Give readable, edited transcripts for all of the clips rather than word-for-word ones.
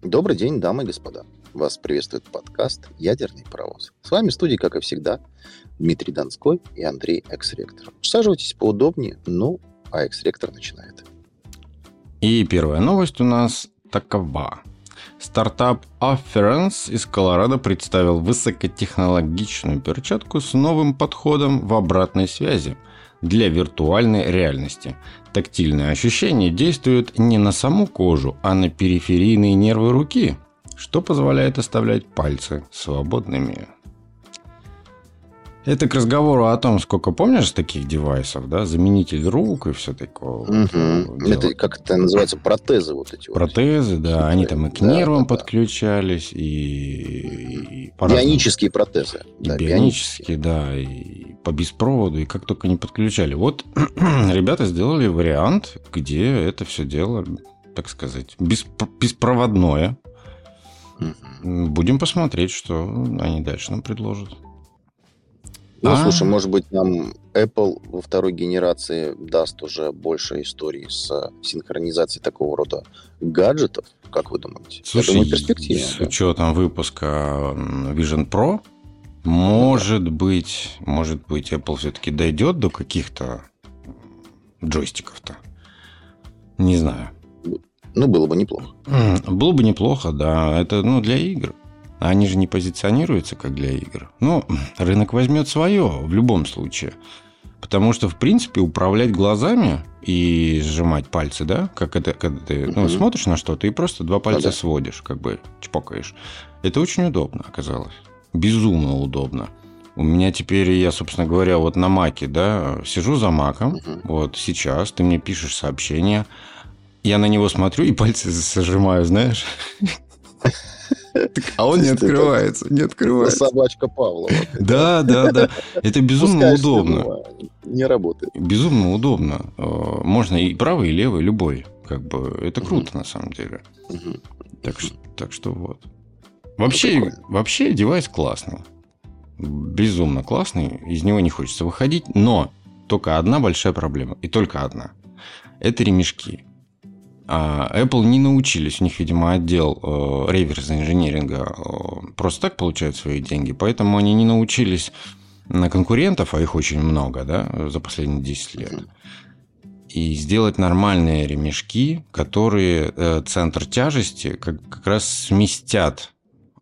Добрый день, дамы и господа. Вас приветствует подкаст «Ядерный паровоз». С вами в студии, как и всегда, Дмитрий Донской и Андрей Экс-ректор. Усаживайтесь поудобнее, а Экс-ректор начинает. И первая новость у нас такова. Стартап Afference из Колорадо представил высокотехнологичную перчатку с новым подходом в обратной связи для виртуальной реальности. Тактильные ощущения действуют не на саму кожу, а на периферийные нервы руки, что позволяет оставлять пальцы свободными. Это к разговору о том, сколько, помнишь, таких девайсов, да, заменитель рук и все такое. Это, как это называется, протезы вот эти. Протезы, да, они там и к нервам подключались, и бионические протезы. И бионические, да, и по беспроводу, и как только не подключали. Вот ребята сделали вариант, где это все дело, так сказать, беспроводное. Будем посмотреть, что они дальше нам предложат. Слушай, может быть, нам Apple во второй генерации даст уже больше историй с синхронизацией такого рода гаджетов, как вы думаете? Слушай, я думаю, перспективно, с учетом выпуска Vision Pro, может быть, Apple все-таки дойдет до каких-то джойстиков-то. Не знаю. Было бы неплохо. Было бы неплохо, да. Это, для игр. Они же не позиционируются как для игр. Рынок возьмет свое в любом случае. Потому что, в принципе, управлять глазами и сжимать пальцы, да, как это, когда ты смотришь на что-то и просто два пальца сводишь, как бы чпокаешь. Это очень удобно оказалось. Безумно удобно. У меня теперь, я, собственно говоря, вот на Маке, да, сижу за Маком, вот сейчас ты мне пишешь сообщение, я на него смотрю и пальцы зажимаю, знаешь. А он не открывается. Собачка Павлова. Да. Это безумно удобно. Не работает. Безумно удобно. Можно и правый, и левый, любой. Это круто, на самом деле. Так что вот. Вообще девайс классный. Безумно классный. Из него не хочется выходить. Но только одна большая проблема. И только одна. Это ремешки. Apple не научились, у них, видимо, отдел реверс-инжиниринга просто так получают свои деньги, поэтому они не научились на конкурентов, а их очень много, да, за последние 10 лет, и сделать нормальные ремешки, которые центр тяжести как раз сместят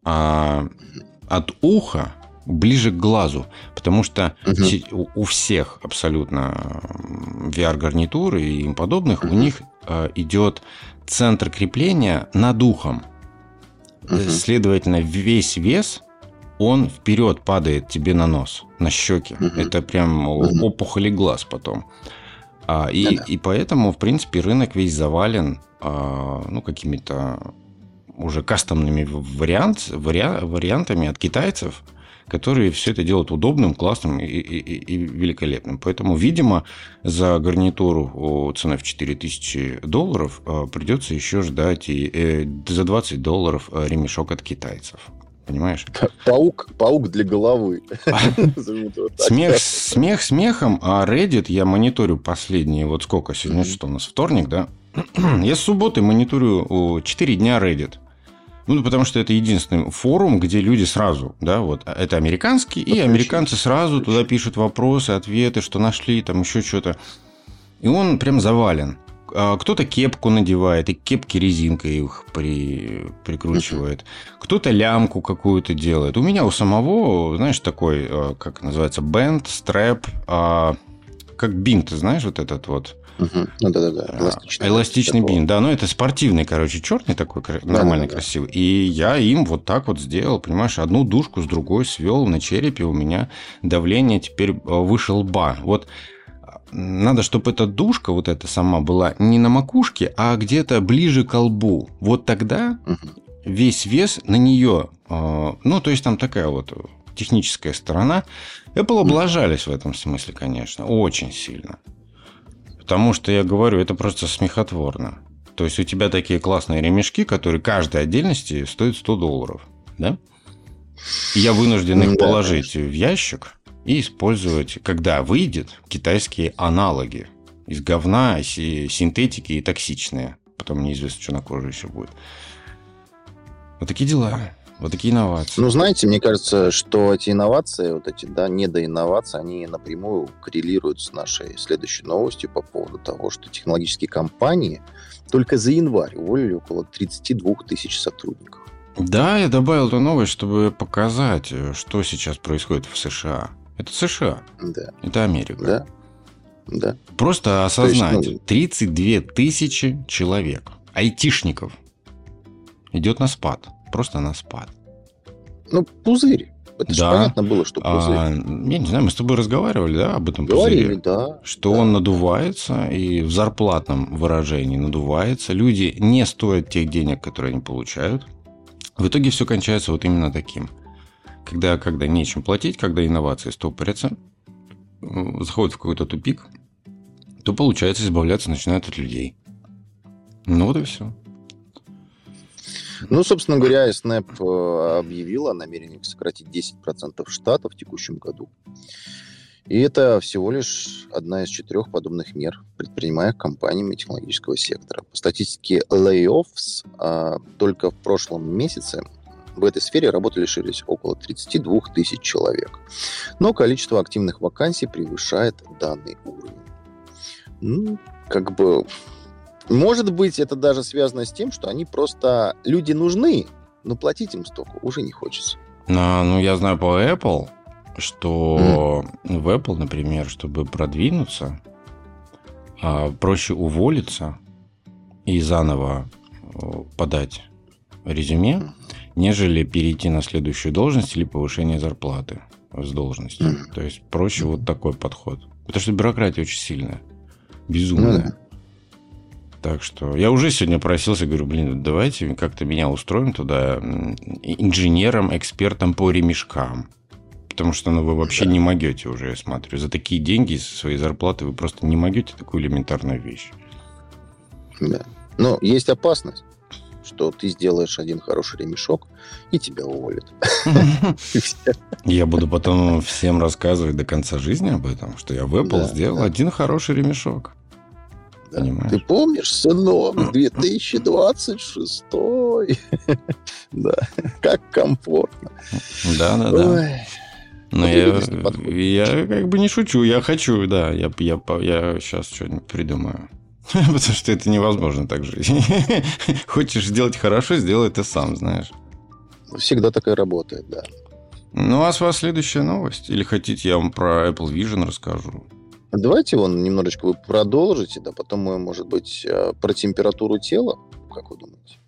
от уха ближе к глазу, потому что у всех абсолютно VR-гарнитуры и им подобных, у них идет центр крепления над ухом. Следовательно, весь вес, он вперед падает тебе на нос, на щеки. Это прям опухоли глаз потом. И поэтому, в принципе, рынок весь завален какими-то уже кастомными вариантами от китайцев, которые все это делают удобным, классным и великолепным. Поэтому, видимо, за гарнитуру ценой в $4000 придется еще ждать и за $20 ремешок от китайцев. Понимаешь? Паук для головы. Смех смехом, а Reddit я мониторю последние, вот сколько, сегодня что у нас, вторник, да? Я с субботы мониторю 4 дня Reddit. Потому что это единственный форум, где люди сразу, да, вот, это американский, и американцы сразу туда пишут вопросы, ответы, что нашли, там еще что-то. И он прям завален. Кто-то кепку надевает, и к кепке резинкой их прикручивает. Кто-то лямку какую-то делает. У меня у самого, знаешь, такой, как называется, бэнд, стрэп, как бинт, знаешь, вот этот вот. Да. Эластичный бинт. Да, это спортивный, черный такой, нормальный, красивый. И я им вот так вот сделал, понимаешь, одну дужку с другой свел на черепе. У меня давление теперь выше лба. Вот надо, чтобы эта дужка вот эта сама была не на макушке, а где-то ближе к лбу. Вот тогда весь вес на нее. То есть там такая вот техническая сторона. Apple облажались в этом смысле, конечно, очень сильно. Потому что, я говорю, это просто смехотворно. То есть, у тебя такие классные ремешки, которые каждой отдельности стоят $100, да? И я вынужден их положить в ящик и использовать, когда выйдет, китайские аналоги из говна, синтетики и токсичные. Потом неизвестно, что на коже еще будет. Вот такие дела. Вот такие инновации. Ну, знаете, мне кажется, что эти инновации, вот эти, да, недоинновации, они напрямую коррелируют с нашей следующей новостью по поводу того, что технологические компании только за январь уволили около 32 тысяч сотрудников. Да, я добавил эту новость, чтобы показать, что сейчас происходит в США. Это США. Да. Это Америка. Да. Да. Просто осознать. То есть, 32 тысячи человек, айтишников, идет на спад. Просто на спад. Ну, пузырь. Это же понятно было, что пузырь. Я не знаю, мы с тобой разговаривали, да, об этом Говорили, пузыре? да. Что да. он надувается, и в зарплатном выражении надувается. Люди не стоят тех денег, которые они получают. В итоге все кончается вот именно таким. Когда нечем платить, когда инновации стопорятся, заходят в какой-то тупик, то, получается, избавляться начинают от людей. Ну вот и все. Ну, собственно говоря, Снэп объявила о намерении сократить 10% штата в текущем году. И это всего лишь одна из 4 подобных мер, предпринимаемых компаниями технологического сектора. По статистике layoffs, только в прошлом месяце в этой сфере работы лишились около 32 тысяч человек. Но количество активных вакансий превышает данный уровень. Ну, как бы... Может быть, это даже связано с тем, что они просто... Люди нужны, но платить им столько уже не хочется. Ну, я знаю по Apple, что в Apple, например, чтобы продвинуться, проще уволиться и заново подать резюме, нежели перейти на следующую должность или повышение зарплаты с должности. То есть проще вот такой подход. Потому что бюрократия очень сильная. Безумная. Так что я уже сегодня просился, говорю, давайте как-то меня устроим туда инженером, экспертом по ремешкам. Потому что вы вообще не могете уже, я смотрю. За такие деньги, своей зарплаты вы просто не могете такую элементарную вещь. Да. Но есть опасность, что ты сделаешь один хороший ремешок, и тебя уволят. Я буду потом всем рассказывать до конца жизни об этом, что я в Apple сделал один хороший ремешок. Да. Ты помнишь, сынок, 2026? Да, как комфортно. Да. Но я как бы не шучу, я хочу, да, я сейчас что-нибудь придумаю. Потому что это невозможно так жить. Хочешь сделать хорошо, сделай это сам, знаешь. Всегда такая работает, да. Ну, а с вас следующая новость? Или хотите, я вам про Apple Vision расскажу? Давайте немножечко вы продолжите, да, потом мы, может быть, про температуру тела, как вы думаете?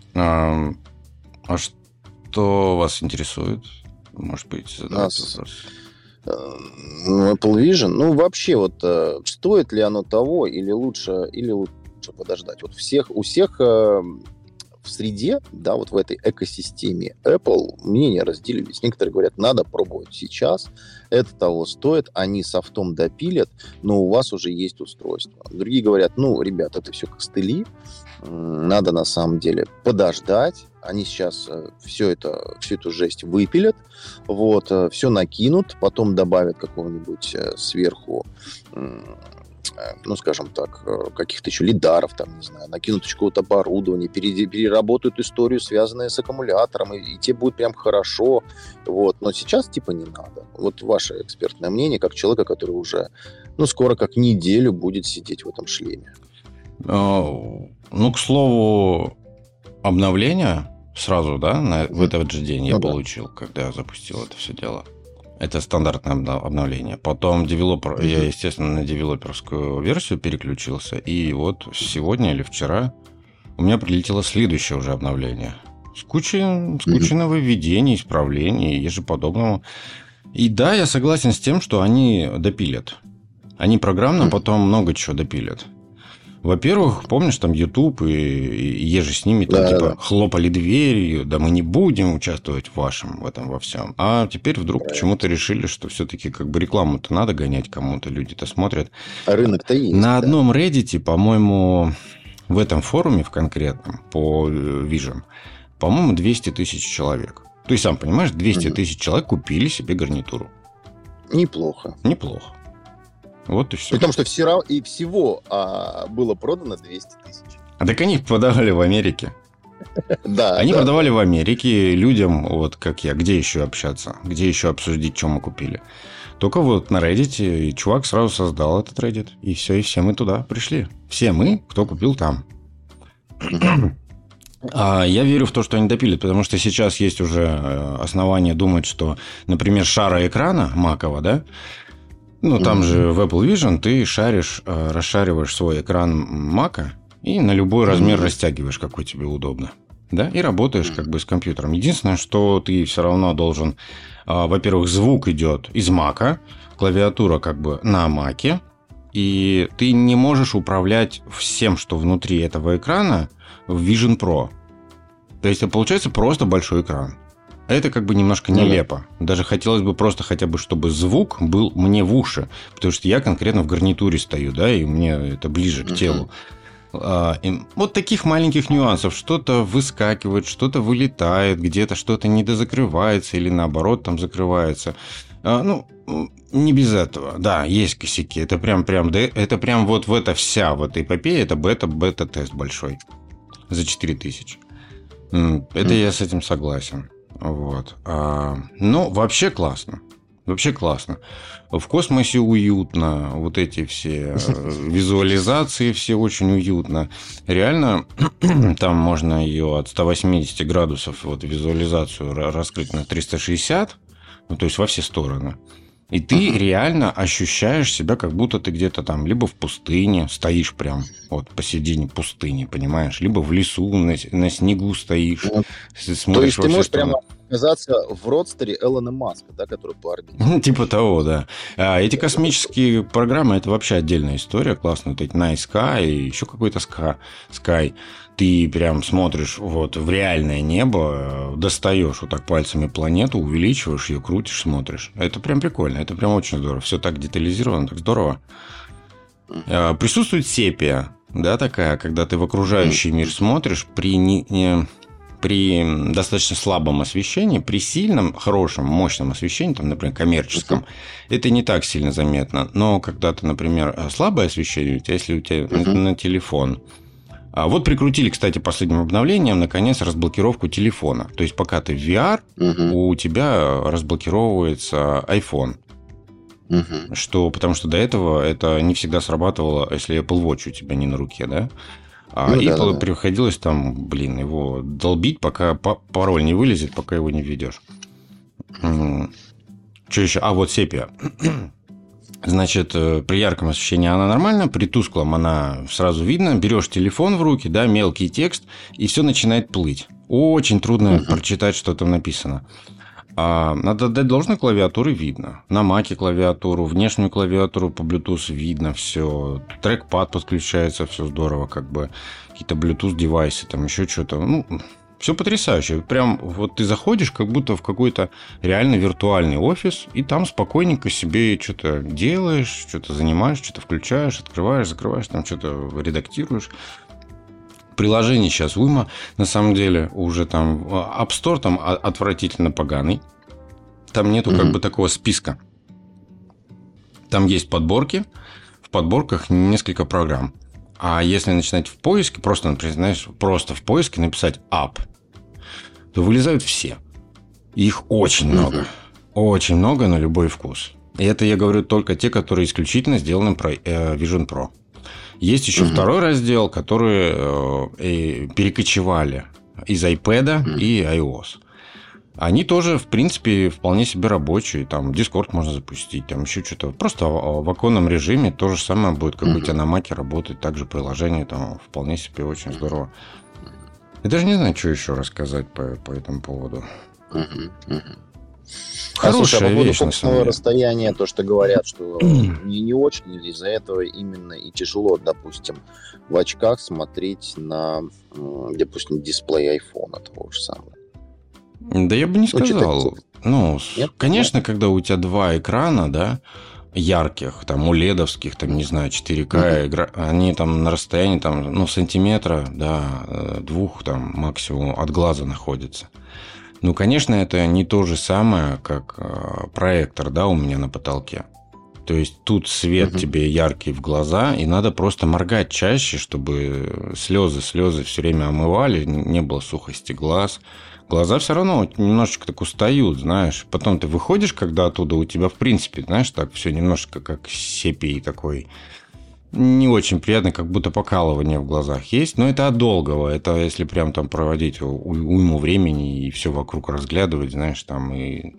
А что вас интересует? Может быть, задавать вопрос. Apple Vision, ну, вообще, вот, стоит ли оно того, или лучше подождать? Вот у всех в среде, да, вот в этой экосистеме Apple мнения разделились. Некоторые говорят, надо пробовать сейчас, это того стоит, они софтом допилят, но у вас уже есть устройство. Другие говорят, ребят, это все костыли, надо на самом деле подождать, они сейчас всю эту жесть выпилят, вот, все накинут, потом добавят какого-нибудь сверху, скажем так, каких-то еще лидаров, там, не знаю, накинут еще какое-то оборудование, переработают историю, связанную с аккумулятором, и тебе будет прям хорошо, вот, но сейчас типа не надо. Вот ваше экспертное мнение, как человека, который уже, скоро как неделю будет сидеть в этом шлеме. К слову, обновление сразу, да, в этот же день я получил, когда я запустил это все дело. Это стандартное обновление. Потом я, естественно, на девелоперскую версию переключился. И вот сегодня или вчера у меня прилетело следующее уже обновление. С кучей нововведений, исправлений и ежеподобного. И да, я согласен с тем, что они допилят. Они программно потом много чего допилят. Во-первых, помнишь, там YouTube и еже с ними там, хлопали дверью, да мы не будем участвовать в этом во всем. А теперь вдруг почему-то решили, что все-таки как бы рекламу-то надо гонять кому-то, люди-то смотрят. А рынок-то есть. На одном Reddit, по-моему, в этом форуме в конкретном, по Vision, по-моему, 200 тысяч человек. То есть, сам понимаешь, 200 тысяч человек купили себе гарнитуру. Неплохо. Вот и все. Потому что всего было продано 200 тысяч. А так они их продавали в Америке. Они продавали в Америке людям, вот как я, где еще общаться, где еще обсудить, что мы купили. Только вот на Reddit, и чувак сразу создал этот Reddit, и все мы туда пришли. Все мы, кто купил там. Я верю в то, что они допилят, потому что сейчас есть уже основания думать, что, например, шара экрана макового, да, ну, там же в Apple Vision ты расшариваешь свой экран Мака и на любой размер растягиваешь, какой тебе удобно, да, и работаешь как бы с компьютером. Единственное, что ты все равно должен, во-первых, звук идет из Мака, клавиатура как бы на Маке, и ты не можешь управлять всем, что внутри этого экрана, в Vision Pro. То есть, это получается просто большой экран. Это как бы немножко нелепо. Даже хотелось бы просто хотя бы, чтобы звук был мне в уши. Потому что я конкретно в гарнитуре стою, да, и мне это ближе к телу. Вот таких маленьких нюансов. Что-то выскакивает, что-то вылетает, где-то что-то недозакрывается или наоборот там закрывается. Ну, не без этого. Да, есть косяки. Это прям вот в эта вся вот эпопея, это бета-тест большой. За 4000. Это я с этим согласен. Вот. Но вообще классно. Вообще классно. В космосе уютно. Вот эти все визуализации все очень уютно. Реально, там можно ее от 180 градусов вот, визуализацию раскрыть на 360. Ну, то есть, во все стороны. И ты реально ощущаешь себя, как будто ты где-то там либо в пустыне стоишь прям вот посередине пустыни, понимаешь, либо в лесу на снегу стоишь, смотришь. То есть ты можешь прямо оказаться в родстере Элона Маска, да, который по орбите. Типа того, да. Эти космические программы, это вообще отдельная история, классно. Вот эти Night Sky и еще какой-то Sky. Ты прям смотришь вот в реальное небо, достаешь вот так пальцами планету, увеличиваешь ее, крутишь, смотришь. Это прям прикольно, это прям очень здорово. Все так детализировано, так здорово. Присутствует сепия, да, такая, когда ты в окружающий мир смотришь при достаточно слабом освещении, при сильном, хорошем, мощном освещении, там, например, коммерческом, это не так сильно заметно. Но когда ты, например, слабое освещение, если у тебя на телефон. Вот прикрутили, кстати, последним обновлением, наконец, разблокировку телефона. То есть, пока ты в VR, у тебя разблокировывается iPhone. Потому что до этого это не всегда срабатывало, если Apple Watch у тебя не на руке, да? Приходилось там, его долбить, пока пароль не вылезет, пока его не введешь. Что еще? Вот сепия. Значит, при ярком освещении она нормально, при тусклом она сразу видно. Берешь телефон в руки, да, мелкий текст, и все начинает плыть. Очень трудно прочитать, что там написано. Надо отдать должное, клавиатуры видно. На Маке клавиатуру, внешнюю клавиатуру по Bluetooth видно все. Трекпад подключается, все здорово, как бы. Какие-то Bluetooth девайсы, там еще что-то. Все потрясающе. Прям вот ты заходишь как будто в какой-то реально виртуальный офис, и там спокойненько себе что-то делаешь, что-то занимаешь, что-то включаешь, открываешь, закрываешь, там что-то редактируешь. Приложений сейчас уйма, на самом деле, уже там App Store там отвратительно поганый. Там нету как бы такого списка. Там есть подборки, в подборках несколько программ. А если начинать в поиске, просто в поиске написать App, то вылезают все. Их очень много. Очень много на любой вкус. И это я говорю только те, которые исключительно сделаны про Vision Pro. Есть еще второй раздел, которые перекочевали из iPad и iOS. Они тоже, в принципе, вполне себе рабочие. Там Discord можно запустить, там еще что-то. Просто в оконном режиме то же самое будет, как у тебя на Маке работает. Также приложение там вполне себе очень здорово. Я даже не знаю, что еще рассказать по этому поводу. Хорошая по поводу фокусного расстояния, то, что говорят, что не очень, из-за этого именно и тяжело, допустим, в очках смотреть на, допустим, дисплей айфона того же самого. Да я бы не сказал. Конечно, когда у тебя два экрана, да, ярких, там, уледовских, там, не знаю, 4К, они там на расстоянии, там, сантиметра, да, 2, там, максимум от глаза находятся. Конечно, это не то же самое, как проектор, да, у меня на потолке. То То есть тут свет тебе яркий в глаза, и надо просто моргать чаще, чтобы слезы все время омывали, не было сухости глаз. Глаза все равно немножечко так устают, знаешь. Потом ты выходишь, когда оттуда у тебя, в принципе, знаешь, так все немножко как сепий такой. Не очень приятно, как будто покалывание в глазах есть. Но это от долгого. Это если прям там проводить уйму времени и все вокруг разглядывать, знаешь, там и...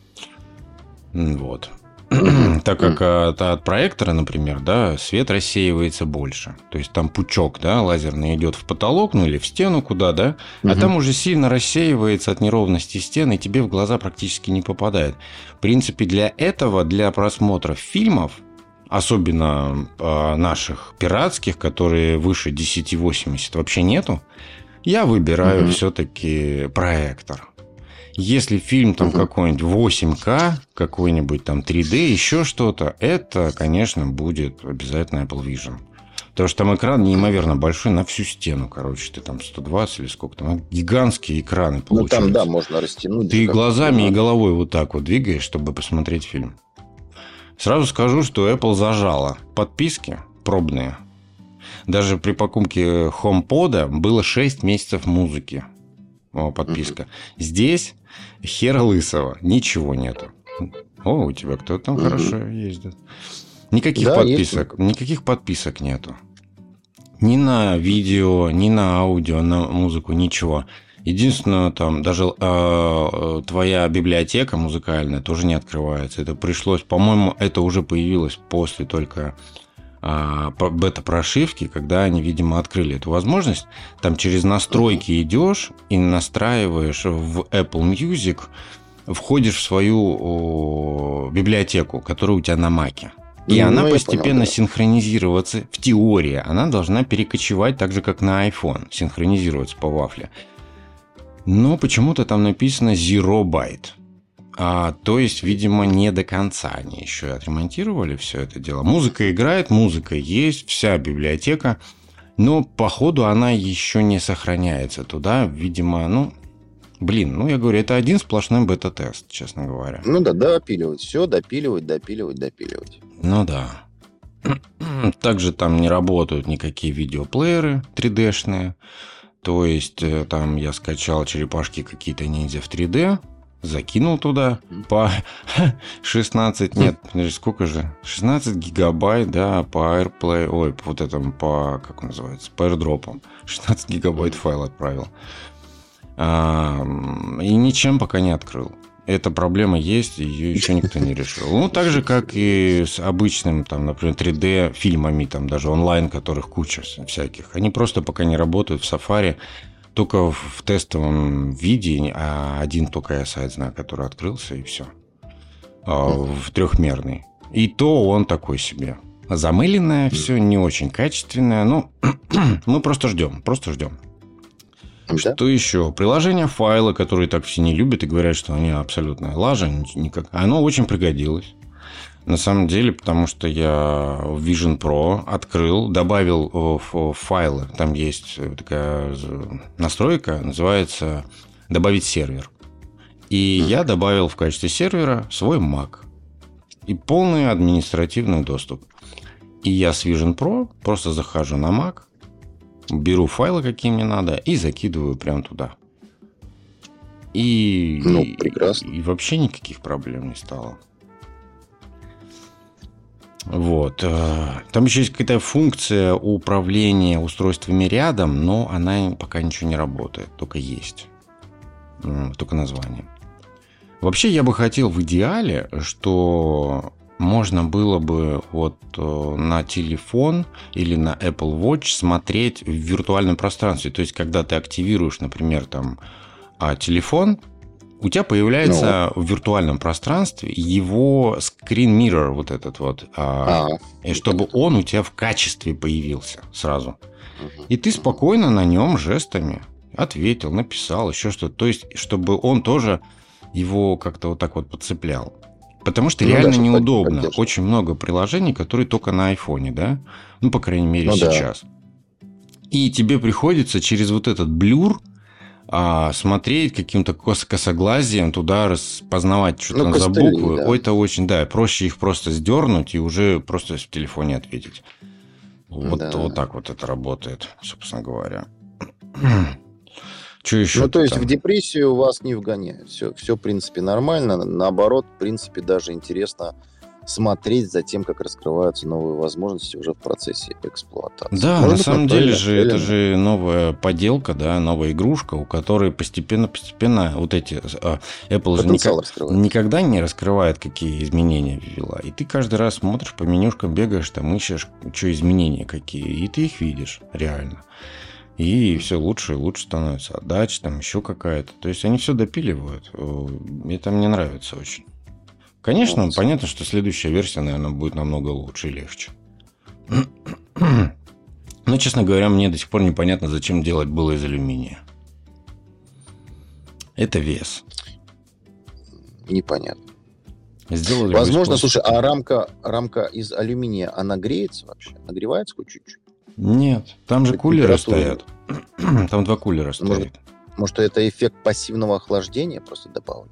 Вот. Так как от проектора, например, да, свет рассеивается больше. То есть там пучок, да, лазерный идет в потолок, ну или в стену куда, да, а там уже сильно рассеивается от неровности стен, и тебе в глаза практически не попадает. В принципе, для этого, для просмотра фильмов, особенно наших пиратских, которые выше 1080 вообще нету, я выбираю все-таки проектор. Если фильм там какой-нибудь 8К, какой-нибудь там 3D, еще что-то, это, конечно, будет обязательно Apple Vision. Потому что там экран неимоверно большой на всю стену, короче. Ты там 120 или сколько там. Гигантские экраны получаются. Ну, там, да, можно растянуть. Ты глазами и головой вот так вот двигаешь, чтобы посмотреть фильм. Сразу скажу, что Apple зажала подписки пробные. Даже при покупке HomePod было 6 месяцев музыки. Подписка. Здесь хера лысого. Ничего нету. О, у тебя кто-то там хорошо ездит. Никаких подписок. Никаких подписок нету. Ни на видео, ни на аудио, на музыку, ничего. Единственное, там даже твоя библиотека музыкальная тоже не открывается. Это пришлось, по-моему, это уже появилось после только бета-прошивки, когда они, видимо, открыли эту возможность. Там через настройки идешь и настраиваешь в Apple Music, входишь в свою библиотеку, которая у тебя на Маке. И она постепенно синхронизироваться, в теории, она должна перекочевать так же, как на iPhone, синхронизироваться по вафле. Но почему-то там написано Zero Byte. То есть, видимо, не до конца они еще отремонтировали все это дело. Музыка играет, музыка есть, вся библиотека, но, походу, она еще не сохраняется туда. Видимо, я говорю, это один сплошной бета-тест, честно говоря. Ну да, допиливать все, допиливать. Ну да. Также там не работают никакие видеоплееры 3D-шные. То есть, там я скачал черепашки какие-то ниндзя в 3D, закинул туда по 16, нет, сколько же? 16 гигабайт, да, по AirPlay, как он называется, по AirDrop. 16 гигабайт файл отправил. И ничем пока не открыл. Эта проблема есть, ее еще никто не решил. Ну, так же, как и с обычным, там, например, 3D-фильмами, там, даже онлайн, которых куча всяких. Они просто пока не работают в Safari, только в тестовом виде, один только я сайт знаю, который открылся, и все. В трехмерный. И то он такой себе. Замыленное все, не очень качественное. Мы просто ждем. Да? Что еще? Приложение файла, которые так все не любят и говорят, что они абсолютно лажа, оно очень пригодилось. На самом деле, потому что я в Vision Pro открыл, добавил файлы. Там есть такая настройка, называется «Добавить сервер». И я добавил в качестве сервера свой Mac. И полный административный доступ. И я с Vision Pro просто захожу на Mac, беру файлы, какие мне надо, и закидываю прямо туда. Прекрасно. И вообще никаких проблем не стало. Вот. Там еще есть какая-то функция управления устройствами рядом, но она пока ничего не работает, только есть. Только название. Вообще, я бы хотел в идеале, что можно было бы на телефон или на Apple Watch смотреть в виртуальном пространстве. То есть, когда ты активируешь, например, там, телефон, у тебя появляется в виртуальном пространстве его screen mirror, чтобы он у тебя в качестве появился сразу. И ты спокойно на нем жестами ответил, написал, еще что-то. То есть, чтобы он тоже его как-то вот так вот подцеплял. Потому что реально неудобно. Очень много приложений, которые только на айфоне, да? По крайней мере, сейчас. И тебе приходится через вот этот блюр смотреть каким-то косоглазием туда, распознавать что-то за буквы, да. Это очень, да, проще их просто сдернуть и уже просто в телефоне ответить. Вот так вот это работает, собственно говоря. Что еще? Ну, то есть в депрессию вас не вгоняют. Все, в принципе, нормально. Наоборот, в принципе, даже интересно смотреть за тем, как раскрываются новые возможности уже в процессе эксплуатации. Да, может, на самом деле же это же новая поделка, да, новая игрушка, у которой постепенно вот эти Apple же никогда не раскрывает, какие изменения ввела. И ты каждый раз смотришь по менюшкам, бегаешь, там ищешь, что изменения какие, и ты их видишь реально. И все лучше и лучше становится. Отдача, там еще какая-то. То есть они все допиливают. Это мне нравится очень. Конечно, понятно, что следующая версия, наверное, будет намного лучше и легче. Но, честно говоря, мне до сих пор непонятно, зачем делать было из алюминия. Это вес. Непонятно. Сделали возможно, слушай, а рамка из алюминия, она греется вообще? Нагревается хоть чуть-чуть? Нет, там же кулеры стоят. Там 2 кулера стоят. Может, это эффект пассивного охлаждения просто добавлен?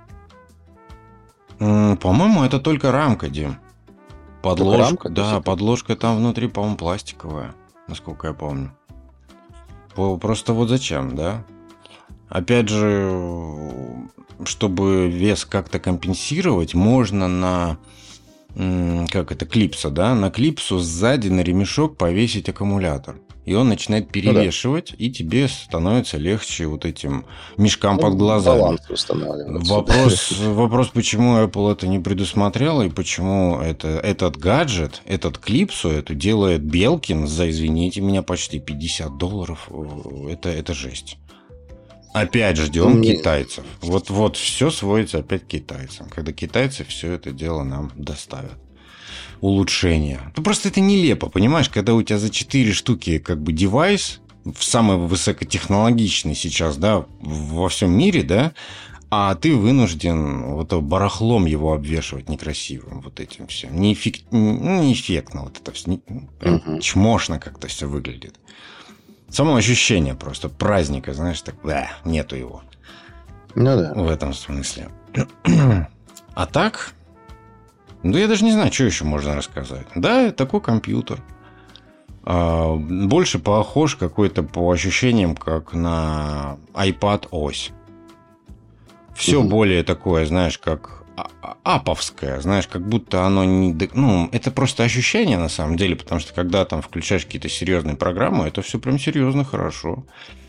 По-моему, это только рамка, Дим. Подложка, рамка, да, подложка там внутри, по-моему, пластиковая, насколько я помню. Просто вот зачем, да? Опять же, чтобы вес как-то компенсировать, можно на клипса, да? На клипсу сзади на ремешок повесить аккумулятор. И он начинает перевешивать, и тебе становится легче вот этим мешкам под глазами. Баланс устанавливается. Вопрос, почему Apple это не предусмотрела, и почему этот гаджет, этот клипсу, это делает Белкин за, извините меня, почти $50. Это жесть. Опять ждем китайцев. Вот все сводится опять к китайцам. Когда китайцы все это дело нам доставят. Улучшения. Ну, просто это нелепо, понимаешь? Когда у тебя за 4 штуки как бы девайс, самый высокотехнологичный сейчас, да, во всем мире, да, а ты вынужден вот барахлом его обвешивать некрасивым вот этим всем. Неэффектно вот это все. Прям чмошно как-то все выглядит. Само ощущение просто праздника, знаешь, так, нету его. Ну да. В этом смысле. А так... Ну, я даже не знаю, что еще можно рассказать. Да, такой компьютер. Больше похож какой-то по ощущениям, как на iPad ось. Все более такое, знаешь, как аповское. Знаешь, как будто оно не... Ну, это просто ощущение, на самом деле, потому что когда там включаешь какие-то серьезные программы, это все прям серьезно хорошо.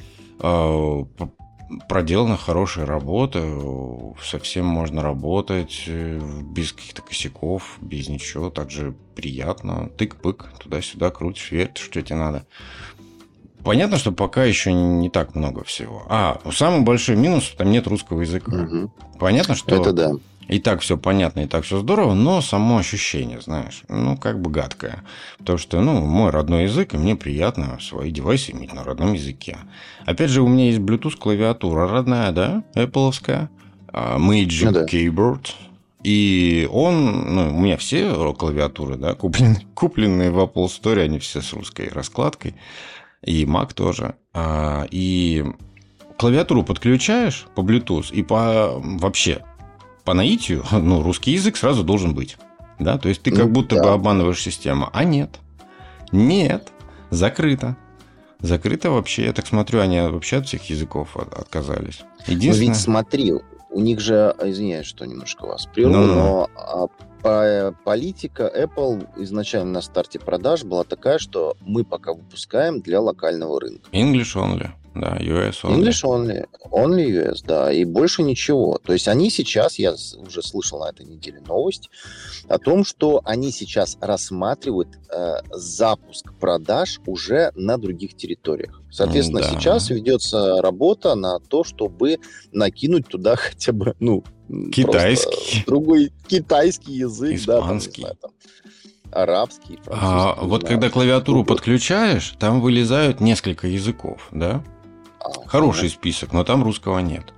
Проделана хорошая работа, совсем можно работать без каких-то косяков, без ничего, также приятно. Тык-пык, туда-сюда крутишь, вертишь, что тебе надо. Понятно, что пока еще не так много всего. Самый большой минус, там нет русского языка. Понятно, что... Это да. И так все понятно, и так все здорово, но само ощущение, знаешь, как бы гадкое. Потому что, мой родной язык, и мне приятно свои девайсы иметь на родном языке. Опять же, у меня есть Bluetooth клавиатура родная, да, Apple-овская, Magic Keyboard. И у меня все клавиатуры, да, купленные в Apple Store, они все с русской раскладкой. И Mac тоже. И клавиатуру подключаешь по Bluetooth и вообще... По наитию, русский язык сразу должен быть. Да? То есть ты как будто бы обманываешь систему. А нет. Нет. Закрыто. Закрыто вообще. Я так смотрю, они вообще от всех языков отказались. Единственное... Но ведь смотри, у них же, извиняюсь, что немножко вас прерву, но политика Apple изначально на старте продаж была такая, что мы пока выпускаем для локального рынка. English only. Да, US only. English only US, да, и больше ничего. То есть они сейчас, я уже слышал на этой неделе новость о том, что они сейчас рассматривают запуск продаж уже на других территориях. Соответственно, сейчас ведется работа на то, чтобы накинуть туда хотя бы, китайский, другой китайский язык, испанский. Да, там, арабский, французский. Вот когда клавиатуру подключаешь, там вылезают несколько языков, да? Хороший список, но там русского нет.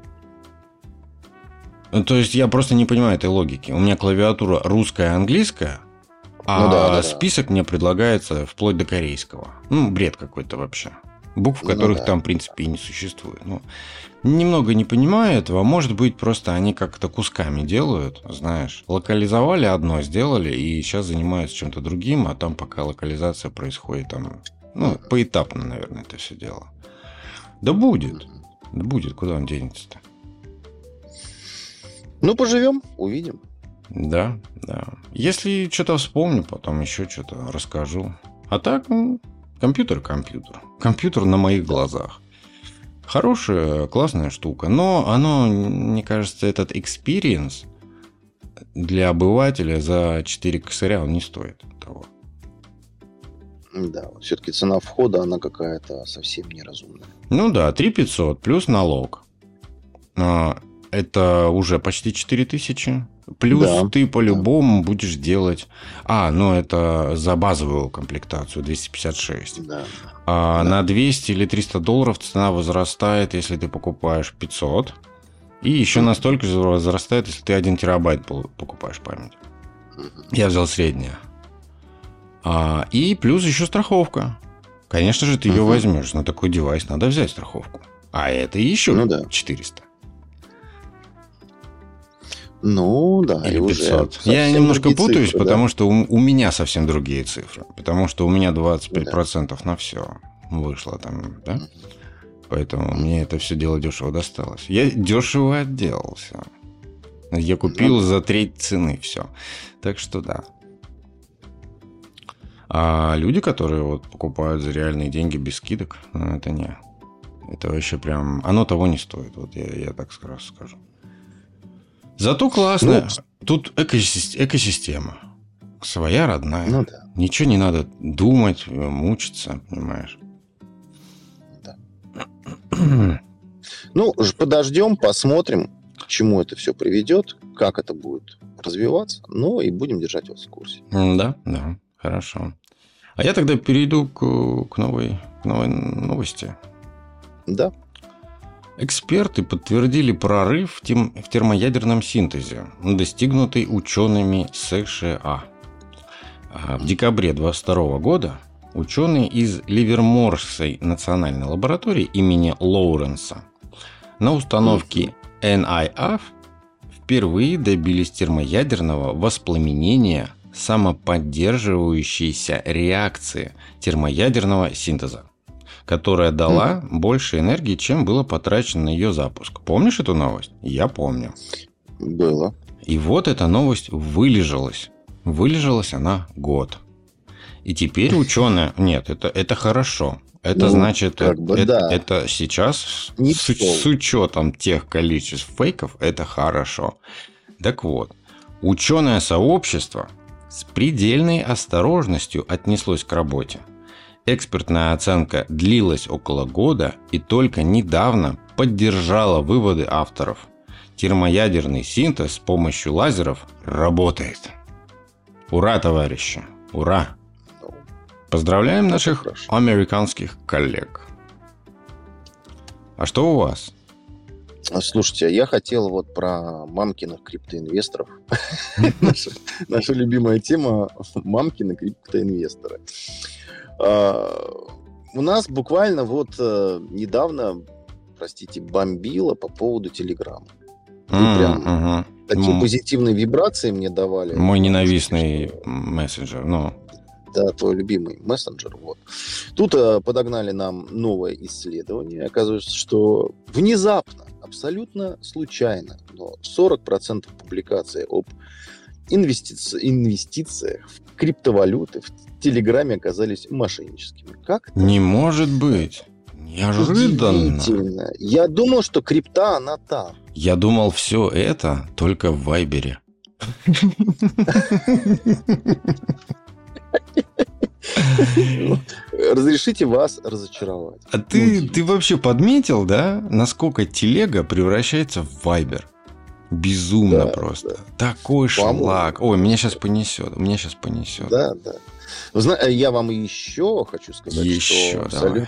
То есть я просто не понимаю этой логики. У меня клавиатура русская, английская, список мне предлагается вплоть до корейского. Бред какой-то вообще. букв, которых там, в принципе, и не существует. Ну, немного не понимаю этого. Может быть, просто они как-то кусками делают, знаешь. Локализовали одно, сделали, и сейчас занимаются чем-то другим, а там пока локализация происходит, там, ну, поэтапно, наверное, это все дело. Да будет. Да будет. Куда он денется-то? Ну, поживем, увидим. Да, да. Если что-то вспомню, потом еще что-то расскажу. А так, компьютер. Компьютер на моих глазах. Хорошая, классная штука. Но оно, мне кажется, этот experience для обывателя за 4 косаря он не стоит того. Да, все-таки цена входа, она какая-то совсем неразумная. Ну да, 3500 плюс налог. Это уже почти 4000. Плюс ты по-любому будешь делать... ну это за базовую комплектацию 256. Да. На 200 или 300 долларов цена возрастает, если ты покупаешь 500. И еще настолько же возрастает, если ты 1 терабайт покупаешь память. Я взял среднее. И плюс еще страховка. Конечно же, ты ее возьмешь. На такой девайс надо взять страховку. А это еще 400. Ну, да. Или 500. Я немножко путаюсь, цифры, потому что у меня совсем другие цифры. Потому что у меня 25% на все вышло там, да? Поэтому мне это все дело дешево досталось. Я дешево отделался. Я купил за треть цены все. Так что да. А люди, которые вот покупают за реальные деньги без скидок, это не. Это вообще прям... Оно того не стоит. Вот я так сразу скажу. Зато классно. Тут экосистема. Своя, родная. Ну, да. Ничего не надо думать, мучиться, понимаешь? Да. Ну, подождем, посмотрим, к чему это все приведет, как это будет развиваться. Ну, и будем держать вас в курсе. Да, хорошо. А я тогда перейду к новой новости. Да. Эксперты подтвердили прорыв в термоядерном синтезе, достигнутый учеными США. В декабре 2022 года ученые из Ливерморской национальной лаборатории имени Лоуренса на установке NIF впервые добились термоядерного воспламенения самоподдерживающейся реакции термоядерного синтеза, которая дала больше энергии, чем было потрачено на ее запуск. Помнишь эту новость? Я помню. Было. И вот эта новость вылежалась. Вылежалась она год. И теперь ученые... Нет, это хорошо. Это значит, это сейчас с учетом тех количеств фейков, это хорошо. Так вот, ученое сообщество с предельной осторожностью отнеслось к работе. Экспертная оценка длилась около года и только недавно поддержала выводы авторов. Термоядерный синтез с помощью лазеров работает. Ура, товарищи! Ура! Поздравляем наших американских коллег. А что у вас? Слушайте, я хотел вот про мамкиных криптоинвесторов. Наша любимая тема – мамкины криптоинвесторы. У нас буквально вот недавно, бомбило по поводу Телеграма. Прям такие позитивные вибрации мне давали. Мой ненавистный мессенджер, Да, твой любимый мессенджер. Вот. Тут подогнали нам новое исследование. Оказывается, что внезапно, абсолютно случайно, но 40% публикаций об инвестициях в криптовалюты в Телеграме оказались мошенническими. Как это? Не может быть. Неожиданно. Удивительно. Я думал, что крипта, она там. Я думал, все это только в Вайбере. Разрешите вас разочаровать. А ты вообще подметил, да, насколько телега превращается в Вайбер? Безумно просто. Да. Такой шлак. Ой, меня сейчас понесет. Да. Я вам еще хочу сказать, что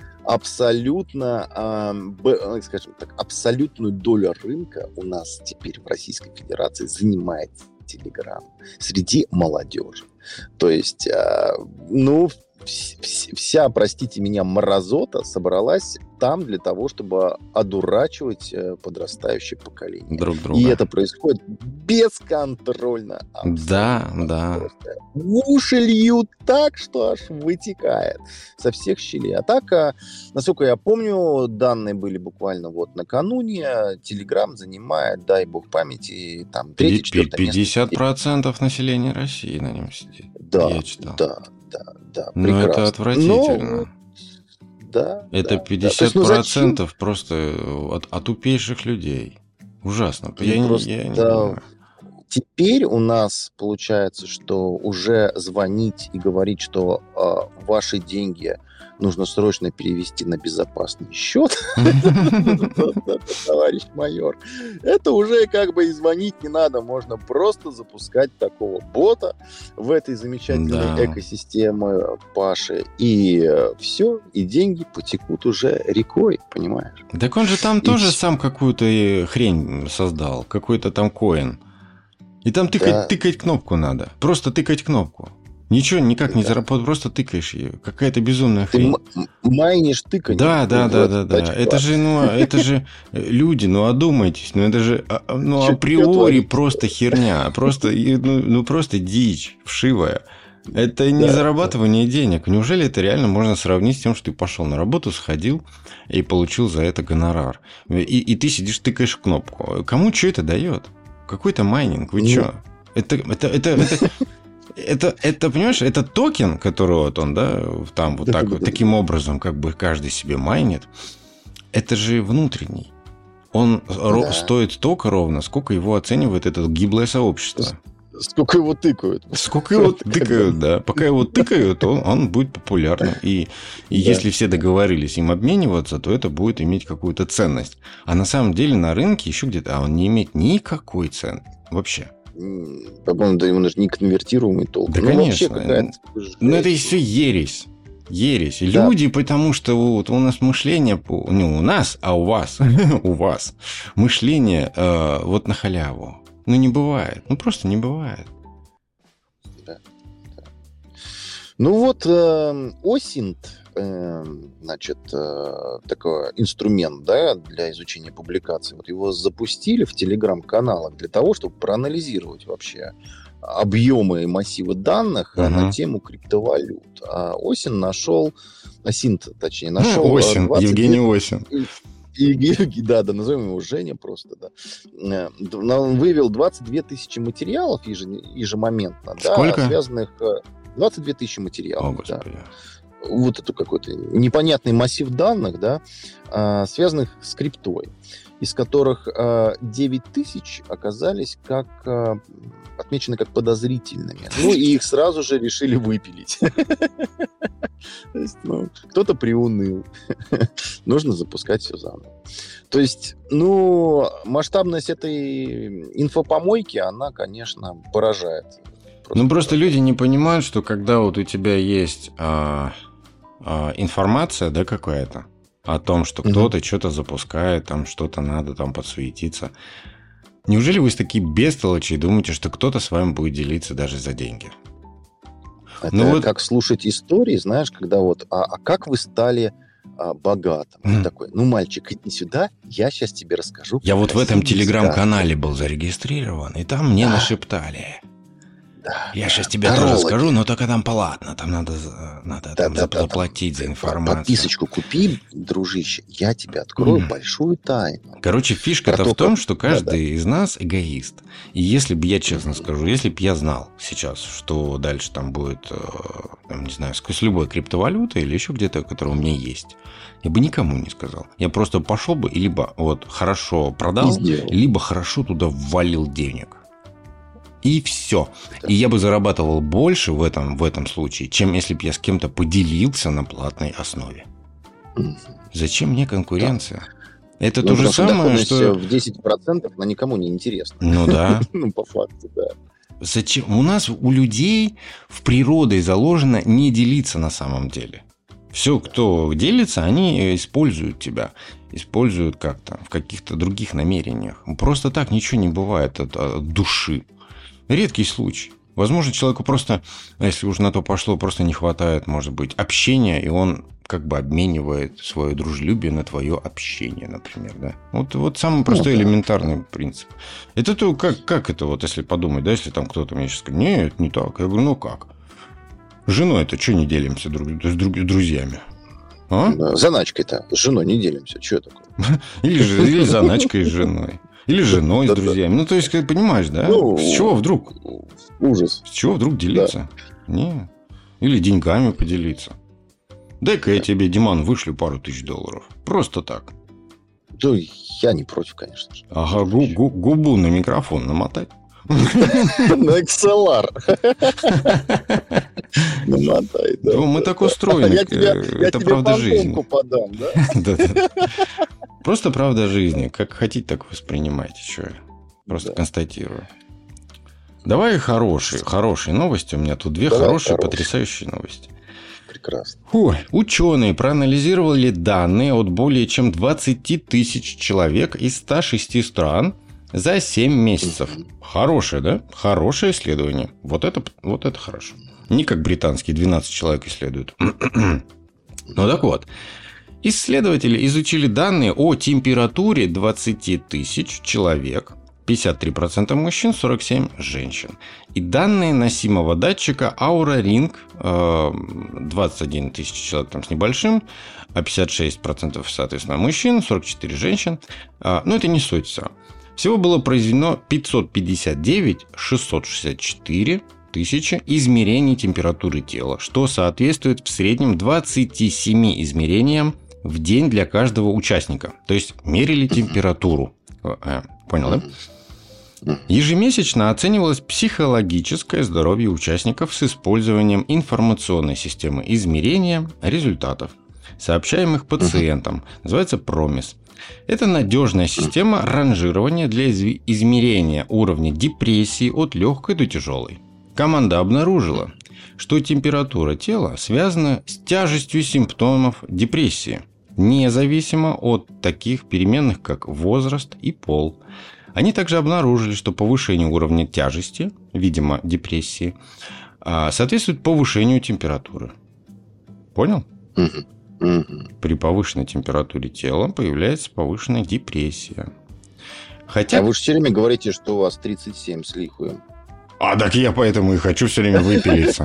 абсолютную долю рынка у нас теперь в Российской Федерации занимает Telegram среди молодежи. То есть, вся, простите меня, мразота собралась там для того, чтобы одурачивать подрастающее поколение. Друг друга. И это происходит бесконтрольно. Да. В уши льют так, что аж вытекает со всех щелей. А так, насколько я помню, данные были буквально вот накануне. Телеграм занимает, дай бог памяти, там 3-4 место. 50% населения России на нем сидит. Да, я читал. Да, но прекрасно. Это отвратительно. Да. Это 50% да. Просто от тупейших людей. Ужасно. Я не понимаю. Теперь у нас получается, что уже звонить и говорить, что ваши деньги нужно срочно перевести на безопасный счет, товарищ майор, это уже как бы и звонить не надо. Можно просто запускать такого бота в этой замечательной экосистеме Паши. И все, и деньги потекут уже рекой, понимаешь? Так он же там тоже сам какую-то хрень создал, какой-то там коин. И там тыкать кнопку надо. Просто тыкать кнопку. Ничего никак не заработать, просто тыкаешь ее. Какая-то безумная хрень. Ты майнишь тыканье. Да. Это же люди, одумайтесь. Это же априори просто херня. Просто дичь вшивая. Это не зарабатывание денег. Неужели это реально можно сравнить с тем, что ты пошел на работу, сходил и получил за это гонорар? И ты сидишь, тыкаешь кнопку. Кому что это дает? Какой-то майнинг, вы чё? Это, понимаешь, это токен, который вот он, там вот так вот, таким образом, как бы каждый себе майнит, это же внутренний. Он стоит столько ровно, сколько его оценивает это гиблое сообщество. Сколько его тыкают. Да. Пока его тыкают, он будет популярным. И если все договорились им обмениваться, то это будет иметь какую-то ценность. А на самом деле на рынке еще где-то он не имеет никакой цены вообще. По-моему, ему даже не конвертируемый толк. Да, конечно. Но это все ересь. Люди, потому что вот у нас мышление... Не у нас, а у вас. У вас. Мышление вот на халяву. Не бывает. Просто не бывает. Да. OSINT, значит, такой инструмент, для изучения публикаций. Вот его запустили в телеграм-каналах для того, чтобы проанализировать вообще объемы и массивы данных на тему криптовалют. А OSINT нашел... OSINT, точнее, нашел... Евгений Осин. Да, назовем его Женя просто, да. Он вывел 22 тысячи материалов ежемоментно. Сколько? Связанных... 22 тысячи материалов. О, Господи. Вот это какой-то непонятный массив данных, связанных с криптой, из которых 9 тысяч оказались отмечены как подозрительными. И их сразу же решили выпилить. То есть, кто-то приуныл. Нужно запускать все заново. То есть, масштабность этой инфопомойки, она, конечно, поражает. Просто люди не понимают, что когда вот у тебя есть информация, какая-то, о том, что кто-то что-то запускает, там что-то надо там подсуетиться. Неужели вы такие бестолочи и думаете, что кто-то с вами будет делиться даже за деньги? Это как слушать истории, знаешь, когда как вы стали богатым? Ты такой, мальчик, иди сюда, я сейчас тебе расскажу. Я вот в этом телеграм-канале был зарегистрирован, и там мне нашептали. Да, я сейчас тебе тоже скажу, но только там платно. Там надо заплатить за информацию. Подписочку купи, дружище, я тебе открою большую тайну. Короче, фишка-то в том, что каждый из нас эгоист. И если бы я, честно скажу, если бы я знал сейчас, что дальше там будет, не знаю, сквозь любой криптовалюты или еще где-то, которая у меня есть, я бы никому не сказал. Я просто пошел бы и либо хорошо продал, либо хорошо туда ввалил денег. И все. И я бы зарабатывал больше в этом случае, чем если бы я с кем-то поделился на платной основе. Зачем мне конкуренция? Это то же самое, что... в 10% она никому не интересна. Да. По факту, да. Зачем? У нас, у людей в природе заложено не делиться на самом деле. Все, кто делится, они используют тебя. Используют как-то в каких-то других намерениях. Просто так ничего не бывает от души. Редкий случай. Возможно, человеку просто, если уж на то пошло, просто не хватает, может быть, общения, и он как бы обменивает свое дружелюбие на твое общение, например, да. Вот самый простой элементарный принцип. Это то, как это, вот если подумать, да, если там кто-то мне сейчас скажет, нет, не так. Я говорю, ну как? С женой-то что не делимся с друзьями? А? Заначкой-то с женой не делимся. Что такое? Или заначкой с женой. Или женой с друзьями. Ну, то есть, как понимаешь, да? С чего вдруг? Ужас. С чего вдруг делиться? Нет. Или деньгами поделиться. Дай-ка я тебе, Диман, вышлю пару тысяч долларов. Просто так. Да, я не против, конечно же. Ага, губу на микрофон намотать. На XLR. Намотай, да. Мы так устроены. Это правда жизни. Я тебе подам, да? Просто правда жизни. Как хотите, так воспринимайте. Что я просто констатирую. Давай хорошие новости. У меня тут две хорошие, потрясающие новости. Прекрасно. Ученые проанализировали данные от более чем 20 тысяч человек из 106 стран за 7 месяцев. Хорошее, да? Хорошее исследование. Вот это хорошо. Не как британские 12 человек исследуют. Ну так вот. Исследователи изучили данные о температуре 20 тысяч человек. 53% мужчин, 47% женщин. И данные носимого датчика Aura Ring 21 тысяч человек там с небольшим, а 56% соответственно мужчин, 44 женщин. Но это не суть все. Всего было произведено 559 664 тысячи измерений температуры тела, что соответствует в среднем 27 измерениям в день для каждого участника. То есть мерили температуру. Понял, да? Ежемесячно оценивалось психологическое здоровье участников с использованием информационной системы измерения результатов, сообщаемых пациентам. Называется PROMIS. Это надежная система ранжирования для измерения уровня депрессии от легкой до тяжелой. Команда обнаружила, что температура тела связана с тяжестью симптомов депрессии, независимо от таких переменных, как возраст и пол. Они также обнаружили, что повышение уровня тяжести, видимо, депрессии, соответствует повышению температуры. Понял? При повышенной температуре тела появляется повышенная депрессия. Хотя... А вы же все время говорите, что у вас 37 с лихуем. Так я поэтому и хочу все время выпилиться.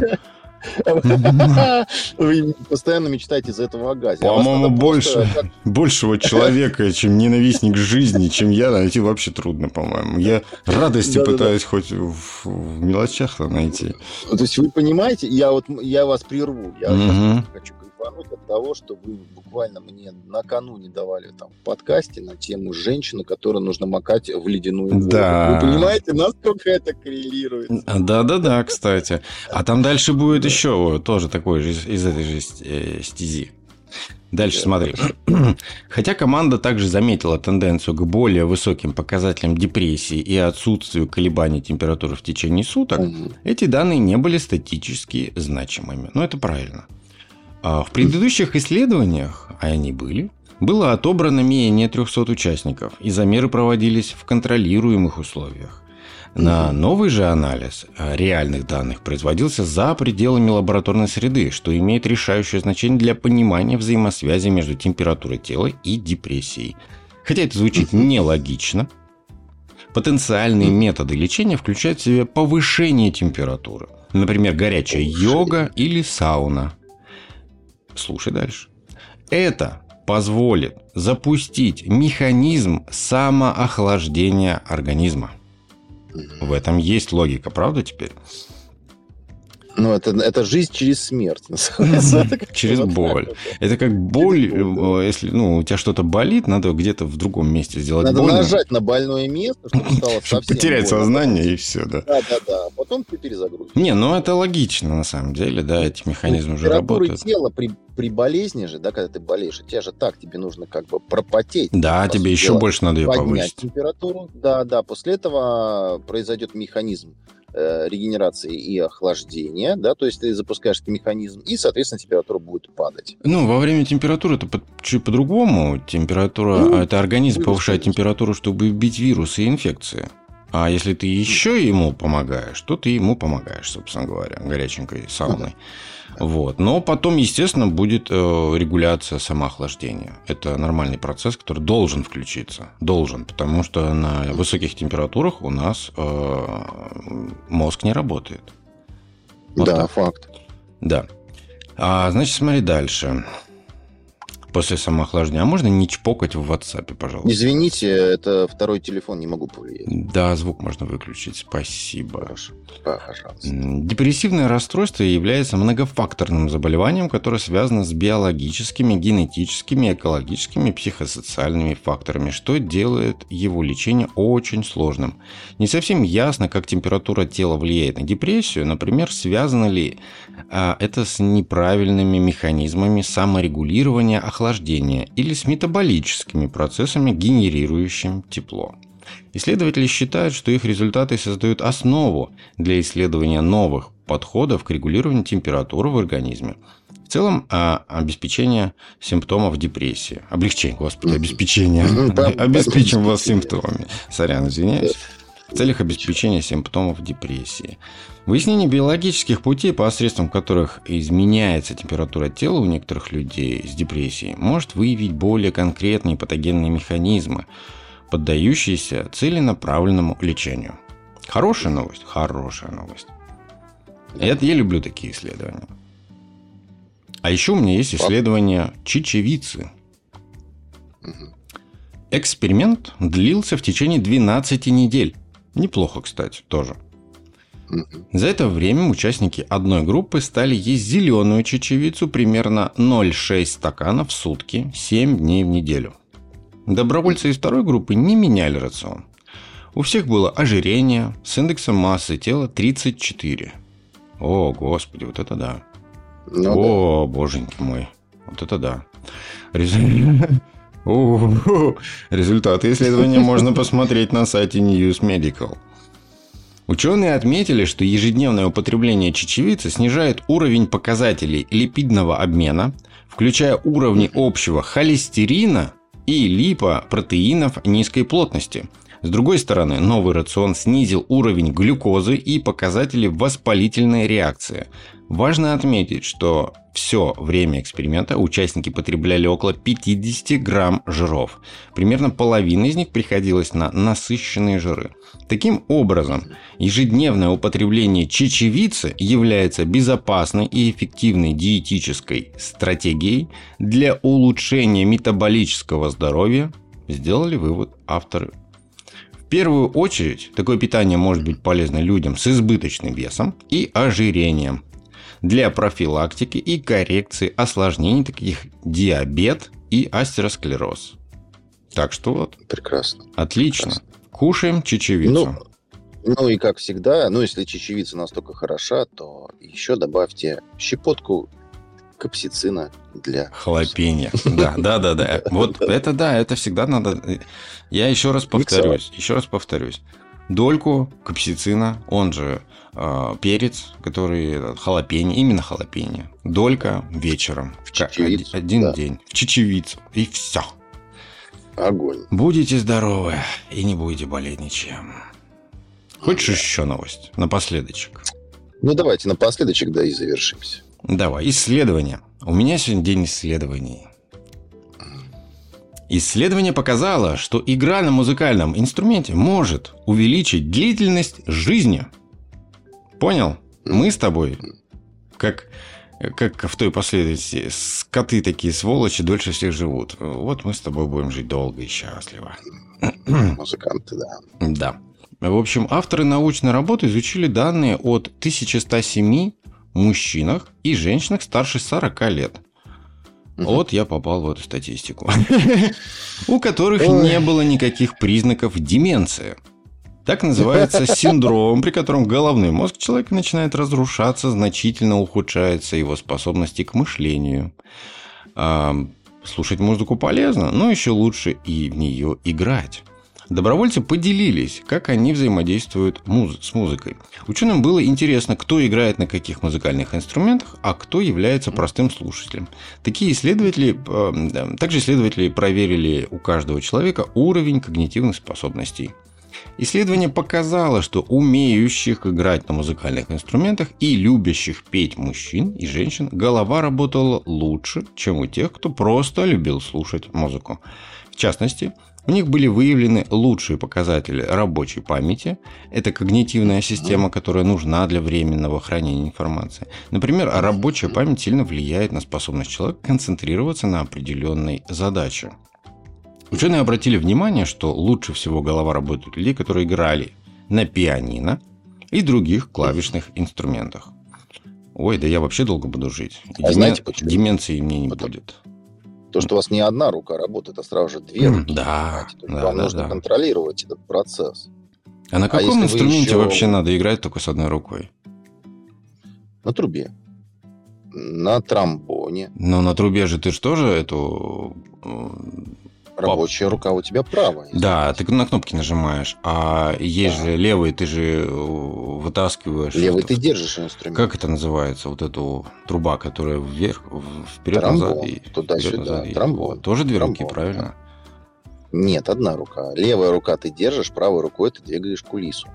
Вы постоянно мечтаете из этого о газе. По-моему, большего человека, чем ненавистник жизни, чем я, найти вообще трудно, по-моему. Я радости пытаюсь хоть в мелочах найти. То есть вы понимаете, я вас прерву. Я хочу кайфануть от того, что вы буквально мне накануне давали там в подкасте на тему женщины, которую нужно макать в ледяную воду. Да. Вы понимаете, насколько это коррелирует? Да, кстати. А там дальше будет еще тоже такой же из этой же стези. Дальше смотри. Хотя команда также заметила тенденцию к более высоким показателям депрессии и отсутствию колебаний температуры в течение суток, эти данные не были статистически значимыми. Но это правильно. В предыдущих исследованиях, а они были, было отобрано менее 300 участников, и замеры проводились в контролируемых условиях. На новый же анализ реальных данных производился за пределами лабораторной среды, что имеет решающее значение для понимания взаимосвязи между температурой тела и депрессией. Хотя это звучит нелогично, потенциальные методы лечения включают в себя повышение температуры. Например, горячая йога или сауна. Слушай дальше. Это позволит запустить механизм самоохлаждения организма. В этом есть логика, правда теперь? Ну, это жизнь через смерть. Через боль. Это как боль, если у тебя что-то болит, надо где-то в другом месте сделать больно. Надо нажать на больное место, чтобы стало совсем больно. Потерять сознание и все, да. Да. Потом ты перезагрузишь. Это логично, на самом деле, да, эти механизмы уже работают. Температура тела при болезни же, да, когда ты болеешь, тебе нужно как бы пропотеть. Да, тебе еще больше надо ее поднять повысить. Температуру. Да. После этого произойдет механизм регенерации и охлаждения, да, то есть ты запускаешь этот механизм, и, соответственно, температура будет падать. Во время температуры это чуть по-другому. Температура, это организм повышает температуру, чтобы бить вирусы и инфекции. А если ты еще ему помогаешь, то ты ему помогаешь, собственно говоря, горяченькой сауной. Вот. Но потом, естественно, будет регуляция самоохлаждения. Это нормальный процесс, который должен включиться. Должен, потому что на высоких температурах у нас мозг не работает. Вот да, так. Факт. Да. Значит, смотри дальше. После самоохлаждения. А можно не чпокать в WhatsApp, пожалуйста? Извините, это второй телефон, не могу повлиять. Да, звук можно выключить. Спасибо. Хорошо. Пожалуйста. Депрессивное расстройство является многофакторным заболеванием, которое связано с биологическими, генетическими, экологическими, психосоциальными факторами, что делает его лечение очень сложным. Не совсем ясно, как температура тела влияет на депрессию. Например, связано ли это с неправильными механизмами саморегулирования охлаждения или с метаболическими процессами, генерирующими тепло. Исследователи считают, что их результаты создают основу для исследования новых подходов к регулированию температуры в организме. В целом, обеспечение симптомов депрессии. Обеспечение. Обеспечим вас симптомами. Сорян, извиняюсь. В целях обеспечения симптомов депрессии. Выяснение биологических путей, посредством которых изменяется температура тела у некоторых людей с депрессией, может выявить более конкретные патогенные механизмы, поддающиеся целенаправленному лечению. Хорошая новость? Хорошая новость. Я люблю такие исследования. А еще у меня есть исследование чечевицы. Эксперимент длился в течение 12 недель. Неплохо, кстати, тоже. За это время участники одной группы стали есть зеленую чечевицу примерно 0,6 стаканов в сутки 7 дней в неделю. Добровольцы из второй группы не меняли рацион. У всех было ожирение с индексом массы тела 34. О, господи, вот это да. О, боженьки мой. Вот это да. Результаты исследования можно посмотреть на сайте News Medical. Ученые отметили, что ежедневное употребление чечевицы снижает уровень показателей липидного обмена, включая уровни общего холестерина и липопротеинов низкой плотности. С другой стороны, новый рацион снизил уровень глюкозы и показатели воспалительной реакции. Важно отметить, что все время эксперимента участники потребляли около 50 грамм жиров. Примерно половина из них приходилась на насыщенные жиры. Таким образом, ежедневное употребление чечевицы является безопасной и эффективной диетической стратегией для улучшения метаболического здоровья, сделали вывод авторы. В первую очередь, такое питание может быть полезно людям с избыточным весом и ожирением для профилактики и коррекции осложнений, таких как диабет и атеросклероз. Так что вот. Прекрасно. Отлично. Прекрасно. Кушаем чечевицу. Ну и как всегда, если чечевица настолько хороша, то еще добавьте щепотку капсицина для халапеньо. Да. Вот это да, это всегда надо. Я еще раз повторюсь. Дольку капсицина, он же перец, который халапеньо, именно халапеньо. Долька вечером. Один день. В чечевицу. И все. Огонь. Будете здоровы и не будете болеть ничем. Хочешь еще новость? Напоследочек. Ну, давайте напоследочек, да, и завершимся. Давай. Исследования. У меня сегодня день исследований. Исследование показало, что игра на музыкальном инструменте может увеличить длительность жизни. Понял? Мы с тобой, как в той последовательности, скоты такие сволочи дольше всех живут. Вот мы с тобой будем жить долго и счастливо. Музыканты, да. Да. В общем, авторы научной работы изучили данные от 1107 мужчинах и женщинах старше 40 лет. Вот я попал в эту статистику. У которых не было никаких признаков деменции. Так называется синдром, при котором головной мозг человека начинает разрушаться, значительно ухудшаются его способности к мышлению. Слушать музыку полезно, но еще лучше и в нее играть. Добровольцы поделились, как они взаимодействуют с музыкой. Ученым было интересно, кто играет на каких музыкальных инструментах, а кто является простым слушателем. Также исследователи проверили у каждого человека уровень когнитивных способностей. Исследование показало, что умеющих играть на музыкальных инструментах и любящих петь мужчин и женщин голова работала лучше, чем у тех, кто просто любил слушать музыку. В частности, у них были выявлены лучшие показатели рабочей памяти. Это когнитивная система, которая нужна для временного хранения информации. Например, рабочая память сильно влияет на способность человека концентрироваться на определенной задаче. Ученые обратили внимание, что лучше всего голова работает у людей, которые играли на пианино и других клавишных инструментах. Ой, да я вообще долго буду жить. Знаете почему? Деменции мне не будет. То, что у вас не одна рука работает, а сразу же две руки. Да, вам нужно контролировать этот процесс. А на каком инструменте вообще надо играть только с одной рукой? На трубе. На тромбоне. Но на трубе же ты же тоже эту... Рабочая рука у тебя правая. Да, ты на кнопки нажимаешь. А есть же левый, ты же вытаскиваешь. Левый ты держишь инструмент. Как это называется? Вот эту труба, которая вверх, вперед-назад. Туда-сюда. Тромбон. Тоже две руки, правильно? Нет, одна рука. Левая рука ты держишь, правой рукой ты двигаешь кулису.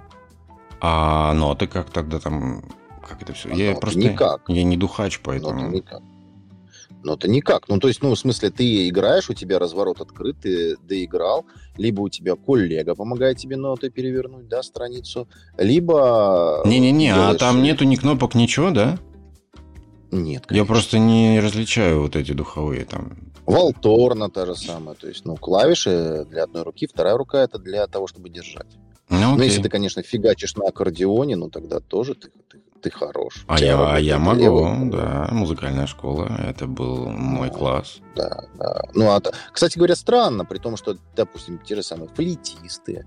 А ноты как тогда там... Как это все? Я просто... Никак. Я не духач, поэтому... Ноты никак. Ну, это никак. Ну, то есть, в смысле, ты играешь, у тебя разворот открыт, ты доиграл, либо у тебя коллега помогает тебе ноты перевернуть, да, страницу, либо... Не-не-не, а там нету ни кнопок, ничего, да? Нет, конечно. Я просто не различаю вот эти духовые там. Валторна та же самая. То есть, клавиши для одной руки, вторая рука это для того, чтобы держать. Ну, если ты, конечно, фигачишь на аккордеоне, тогда тоже ты хорош. А я могу, да, музыкальная школа, это был мой класс. Да. Кстати говоря, странно, при том, что, допустим, те же самые флейтисты,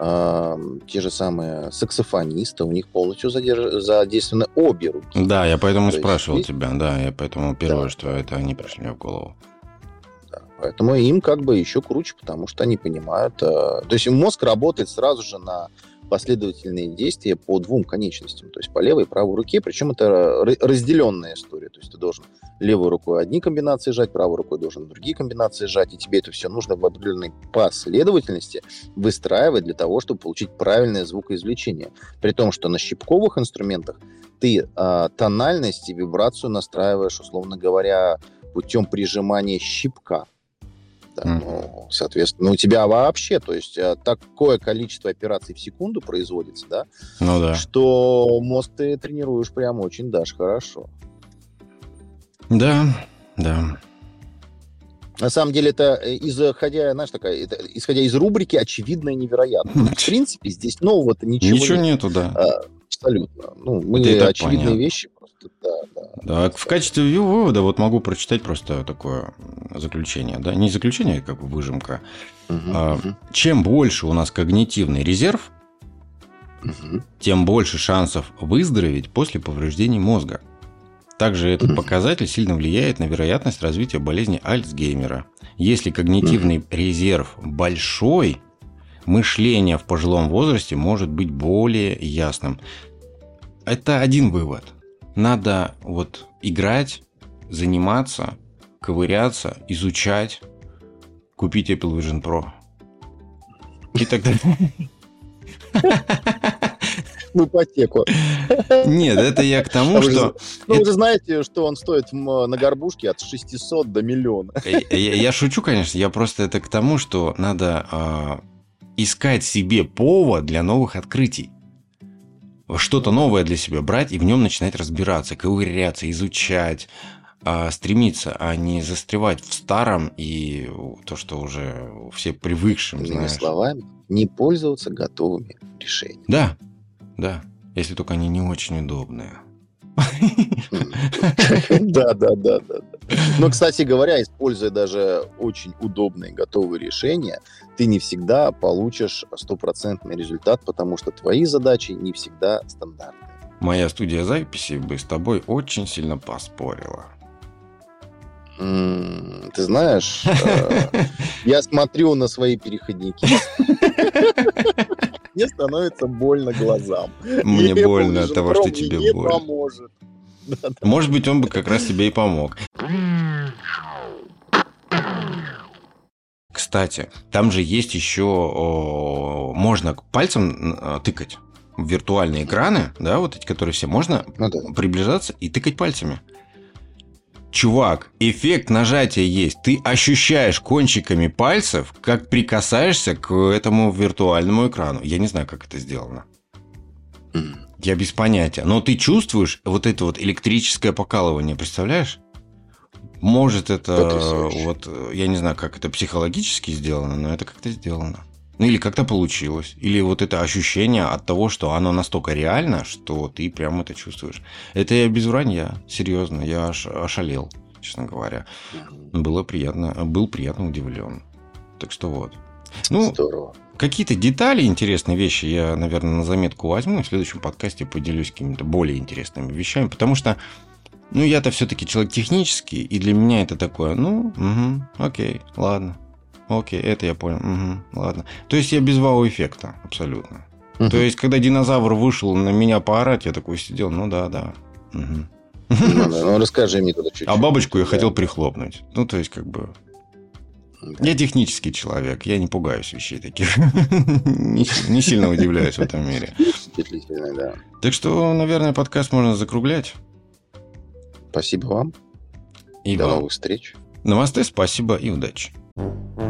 те же самые саксофонисты, у них полностью задействованы обе руки. Да, я поэтому спрашивал тебя, да, я поэтому первое, что это они пришли мне в голову. Да, поэтому им еще круче, потому что они понимают... То есть мозг работает сразу же на последовательные действия по двум конечностям, то есть по левой и правой руке, причем это разделенная история, то есть ты должен левой рукой одни комбинации сжать, правой рукой должен другие комбинации сжать, и тебе это все нужно в определенной последовательности выстраивать для того, чтобы получить правильное звукоизвлечение. При том, что на щипковых инструментах ты тональность и вибрацию настраиваешь, условно говоря, путем прижимания щипка. Да, соответственно, у тебя вообще, то есть такое количество операций в секунду производится, да, что мозг ты тренируешь прям очень даже хорошо. Да. На самом деле это исходя из рубрики «Очевидно и невероятно». В принципе, здесь нового-то ничего нету, да. Абсолютно. Мы очевидные вещи просто, да. В качестве вывода могу прочитать просто такое заключение, да, не заключение, как выжимка. Чем больше у нас когнитивный резерв, тем больше шансов выздороветь после повреждений мозга. Также этот показатель сильно влияет на вероятность развития болезни Альцгеймера. Если когнитивный резерв большой, мышление в пожилом возрасте может быть более ясным. Это один вывод. Надо играть, заниматься, ковыряться, изучать, купить Apple Vision Pro. И так далее. В ипотеку. Нет, это я к тому, что... Вы же знаете, что он стоит на горбушке от 600 до миллиона. Я шучу, конечно, я просто это к тому, что надо искать себе повод для новых открытий. Что-то новое для себя брать и в нем начинать разбираться, ковыряться, изучать, стремиться, а не застревать в старом и то, что уже все привыкшим, Иными словами, не пользоваться готовыми решениями. Да, если только они не очень удобные. Да. Но, кстати говоря, используя даже очень удобные готовые решения, ты не всегда получишь стопроцентный результат, потому что твои задачи не всегда стандартные. Моя студия записи бы с тобой очень сильно поспорила. Ты знаешь, я смотрю на свои переходники. Мне становится больно глазам. Мне больно от того, что тебе больно. Поможет. Может быть, он бы как раз тебе и помог. кстати, там же есть еще... Можно пальцем тыкать в виртуальные экраны, да, вот эти, которые все, можно приближаться и тыкать пальцами. Чувак, эффект нажатия есть. Ты ощущаешь кончиками пальцев, как прикасаешься к этому виртуальному экрану. Я не знаю, как это сделано. Я без понятия. Но ты чувствуешь вот это вот электрическое покалывание, представляешь? Может, это вот, я не знаю, как это психологически сделано, но это как-то сделано. Ну, или как-то получилось. Или вот это ощущение от того, что оно настолько реально, что ты прям это чувствуешь. Это я без вранья, серьезно. Я ошалел, честно говоря. Было приятно, был приятно удивлен. Так что вот. Ну, здорово. Какие-то детали, интересные вещи я, наверное, на заметку возьму. И в следующем подкасте поделюсь какими-то более интересными вещами. Потому что, ну, я-то все-таки человек технический. И для меня это такое, окей, ладно. Окей, это я понял. Ладно. То есть я без вау-эффекта, абсолютно. То есть, когда динозавр вышел на меня поорать, я такой сидел, ну да. Ну, расскажи мне тогда чуть-чуть. А бабочку я хотел прихлопнуть. Ну, то есть, как бы... Я технический человек, я не пугаюсь вещей таких. Не сильно удивляюсь в этом мире. Впечатлительно, да. Так что, наверное, подкаст можно закруглять. Спасибо вам. И до новых встреч. Намасте, спасибо и удачи.